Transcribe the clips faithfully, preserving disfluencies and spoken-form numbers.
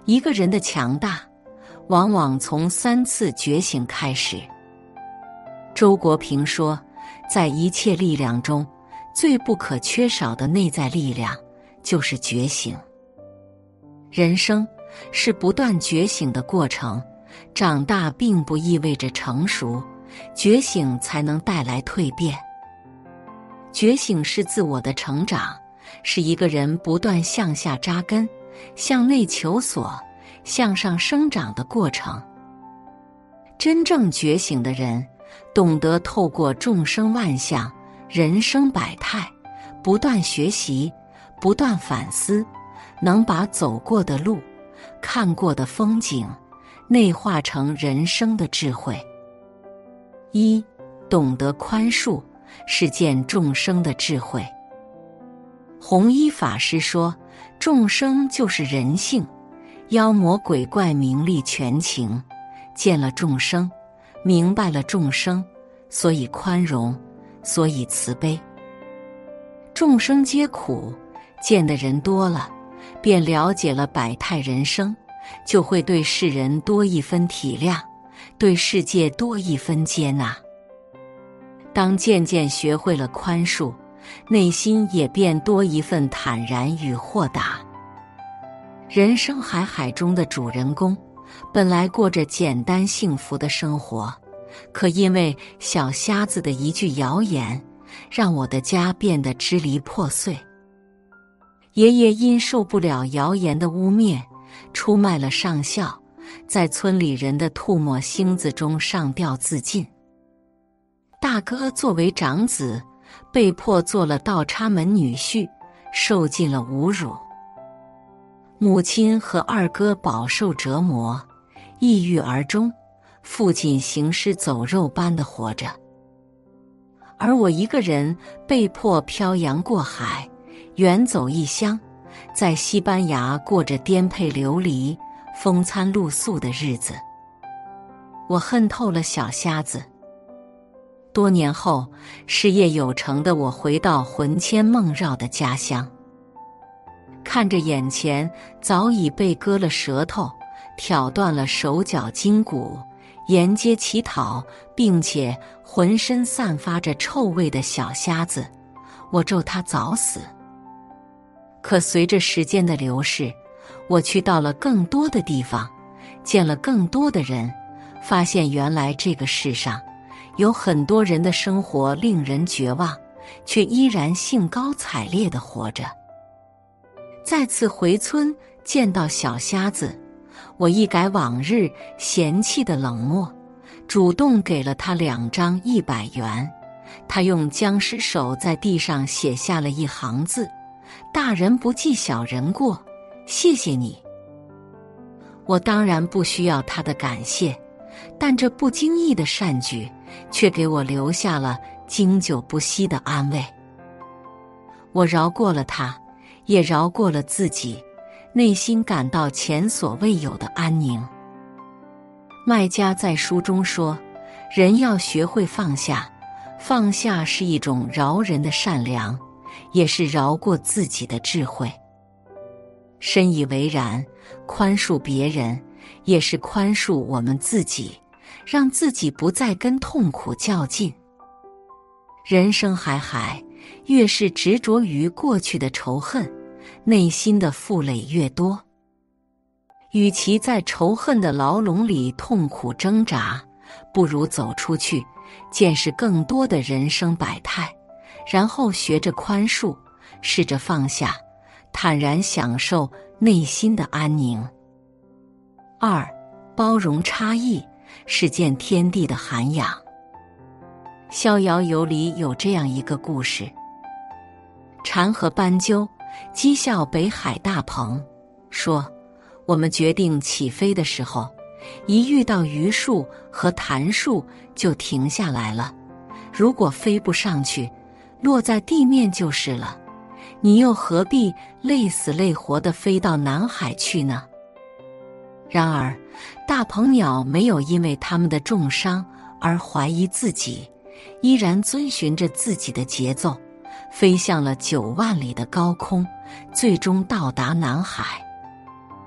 一个人的强大，往往从三次觉醒开始。周国平说，在一切力量中，最不可缺少的内在力量，就是觉醒。人生是不断觉醒的过程，长大并不意味着成熟，觉醒才能带来蜕变。觉醒是自我的成长，是一个人不断向下扎根，向内求索，向上生长的过程。真正觉醒的人，懂得透过众生万象、人生百态，不断学习，不断反思，能把走过的路、看过的风景，内化成人生的智慧。一，懂得宽恕，是见众生的智慧。弘一法师说，众生就是人性，妖魔鬼怪名利权情，见了众生，明白了众生，所以宽容，所以慈悲。众生皆苦，见的人多了，便了解了百态人生，就会对世人多一分体谅，对世界多一分接纳。当渐渐学会了宽恕，内心也便多一份坦然与豁达。人生海海中的主人公，本来过着简单幸福的生活，可因为小瞎子的一句谣言，让我的家变得支离破碎。爷爷因受不了谣言的污蔑，出卖了上校，在村里人的唾沫星子中上吊自尽。大哥作为长子，被迫做了倒插门女婿，受尽了侮辱。母亲和二哥饱受折磨，抑郁而终，父亲行尸走肉般的活着。而我一个人被迫漂洋过海，远走异乡，在西班牙过着颠沛流离、风餐露宿的日子。我恨透了小瞎子。多年后，事业有成的我回到魂牵梦绕的家乡，看着眼前早已被割了舌头、挑断了手脚筋骨、沿街乞讨并且浑身散发着臭味的小瞎子，我咒他早死。可随着时间的流逝，我去到了更多的地方，见了更多的人，发现原来这个世上有很多人的生活令人绝望，却依然兴高采烈地活着。再次回村见到小瞎子，我一改往日嫌弃的冷漠，主动给了他两张一百元。他用僵尸手在地上写下了一行字：大人不计小人过，谢谢你。我当然不需要他的感谢，但这不经意的善举却给我留下了经久不息的安慰。我饶过了他，也饶过了自己，内心感到前所未有的安宁。麦家在书中说，人要学会放下，放下是一种饶人的善良，也是饶过自己的智慧。深以为然，宽恕别人，也是宽恕我们自己，让自己不再跟痛苦较劲。人生海海，越是执着于过去的仇恨，内心的负累越多。与其在仇恨的牢笼里痛苦挣扎，不如走出去，见识更多的人生百态，然后学着宽恕，试着放下，坦然享受内心的安宁。二，包容差异，是见天地的涵养。逍遥游里有这样一个故事：蝉和斑鸠讥笑北海大鹏，说我们决定起飞的时候，一遇到榆树和檀树就停下来了，如果飞不上去，落在地面就是了，你又何必累死累活地飞到南海去呢？然而大鹏鸟没有因为它们的重伤而怀疑自己，依然遵循着自己的节奏，飞向了九万里的高空，最终到达南海。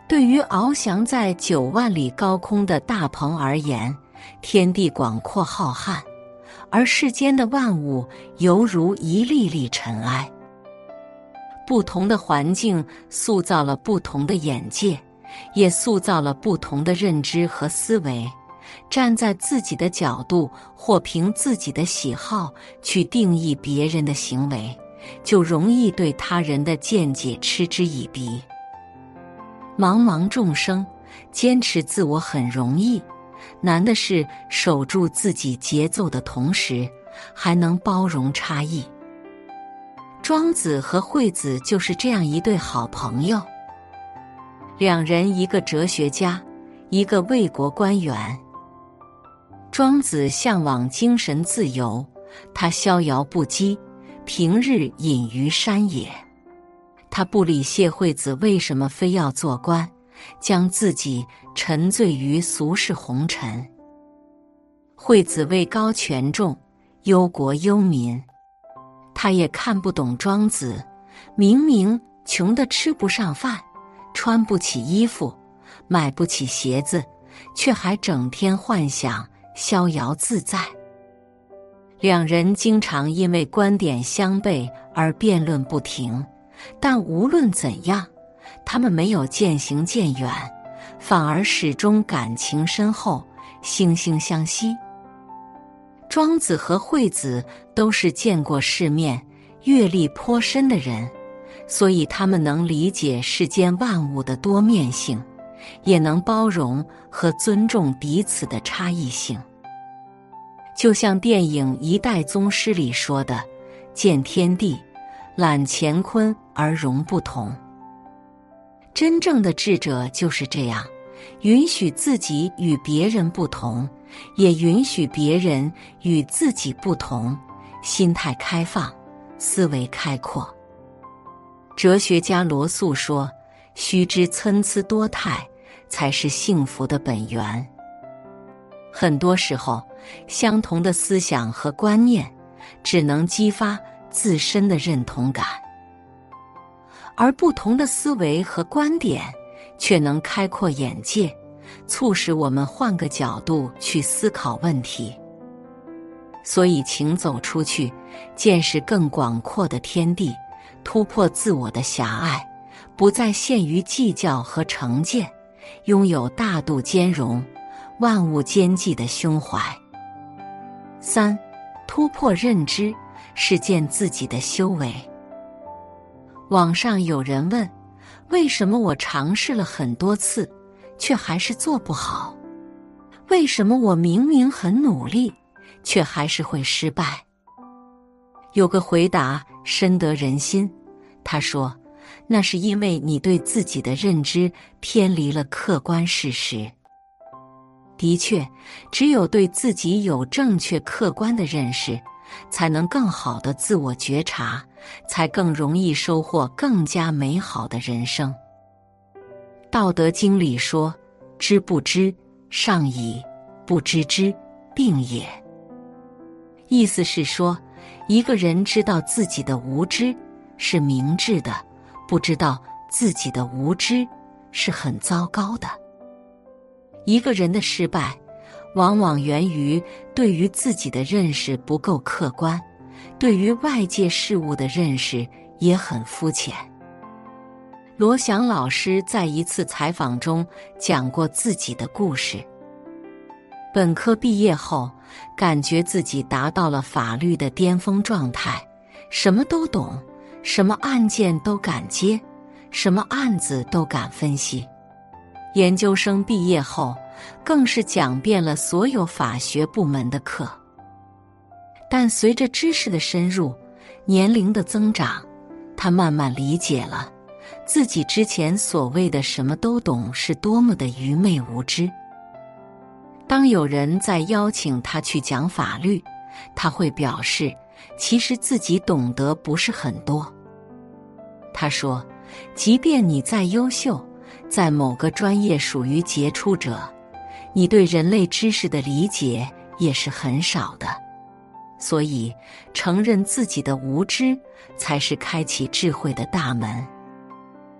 对于翱翔在九万里高空的大鹏而言，天地广阔浩瀚，而世间的万物犹如一粒粒尘埃。不同的环境塑造了不同的眼界，也塑造了不同的认知和思维。站在自己的角度或凭自己的喜好去定义别人的行为，就容易对他人的见解嗤之以鼻。茫茫众生，坚持自我很容易，难的是守住自己节奏的同时，还能包容差异。庄子和惠子就是这样一对好朋友。两人一个哲学家，一个魏国官员。庄子向往精神自由，他逍遥不羁，平日隐于山野。他不理谢惠子为什么非要做官，将自己沉醉于俗世红尘。惠子位高权重，忧国忧民。他也看不懂庄子，明明穷得吃不上饭，穿不起衣服，买不起鞋子，却还整天幻想逍遥自在。两人经常因为观点相悖而辩论不停，但无论怎样，他们没有渐行渐远，反而始终感情深厚，惺惺相惜。庄子和惠子都是见过世面、阅历颇深的人，所以他们能理解世间万物的多面性，也能包容和尊重彼此的差异性。就像电影《一代宗师》里说的，见天地，览乾坤而容不同。真正的智者就是这样，允许自己与别人不同，也允许别人与自己不同，心态开放，思维开阔。哲学家罗素说，须知参差多态，才是幸福的本源。很多时候，相同的思想和观念只能激发自身的认同感，而不同的思维和观点却能开阔眼界，促使我们换个角度去思考问题。所以请走出去，见识更广阔的天地，突破自我的狭隘，不再陷于计较和成见，拥有大度兼容、万物兼济的胸怀。三、突破认知，实践自己的修为。网上有人问，为什么我尝试了很多次，却还是做不好？为什么我明明很努力，却还是会失败？有个回答深得人心，他说，那是因为你对自己的认知偏离了客观事实。的确，只有对自己有正确客观的认识，才能更好的自我觉察，才更容易收获更加美好的人生。道德经里说，知不知，上矣；不知之，病也。意思是说，一个人知道自己的无知是明智的，不知道自己的无知是很糟糕的。一个人的失败，往往源于对于自己的认识不够客观，对于外界事物的认识也很肤浅。罗翔老师在一次采访中讲过自己的故事。本科毕业后，感觉自己达到了法律的巅峰状态，什么都懂，什么案件都敢接，什么案子都敢分析。研究生毕业后，更是讲遍了所有法学部门的课。但随着知识的深入，年龄的增长，他慢慢理解了自己之前所谓的什么都懂是多么的愚昧无知。当有人在邀请他去讲法律，他会表示其实自己懂得不是很多。他说，即便你再优秀，在某个专业属于杰出者，你对人类知识的理解也是很少的。所以，承认自己的无知，才是开启智慧的大门。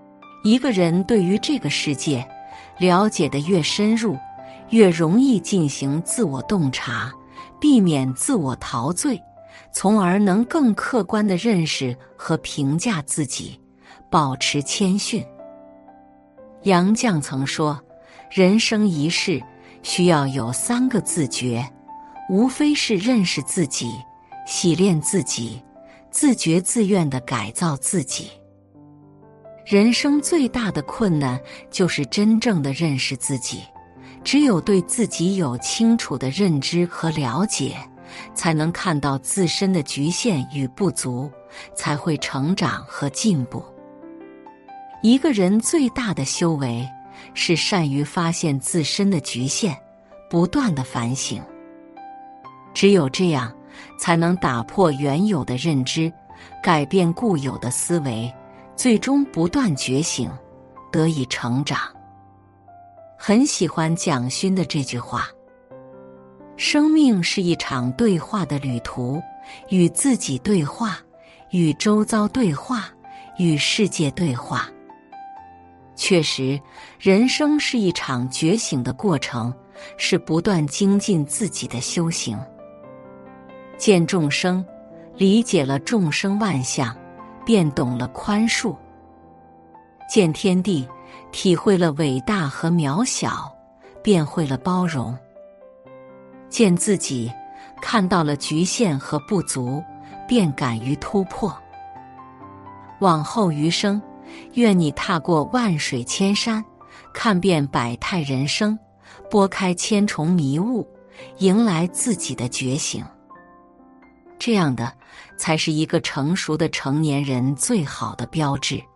一个人对于这个世界了解得越深入，越容易进行自我洞察，避免自我陶醉，从而能更客观地认识和评价自己，保持谦逊。杨绛曾说，人生一世需要有三个自觉，无非是认识自己、洗练自己、自觉自愿地改造自己。人生最大的困难就是真正的认识自己，只有对自己有清楚的认知和了解，才能看到自身的局限与不足，才会成长和进步。一个人最大的修为是善于发现自身的局限，不断的反省。只有这样，才能打破原有的认知，改变固有的思维，最终不断觉醒，得以成长。很喜欢蒋勋的这句话：生命是一场对话的旅途，与自己对话，与周遭对话，与世界对话。确实，人生是一场觉醒的过程，是不断精进自己的修行。见众生，理解了众生万象，便懂了宽恕；见天地，体会了伟大和渺小，便会了包容；见自己，看到了局限和不足，便敢于突破。往后余生，愿你踏过万水千山，看遍百态人生，拨开千重迷雾，迎来自己的觉醒。这样的才是一个成熟的成年人最好的标志。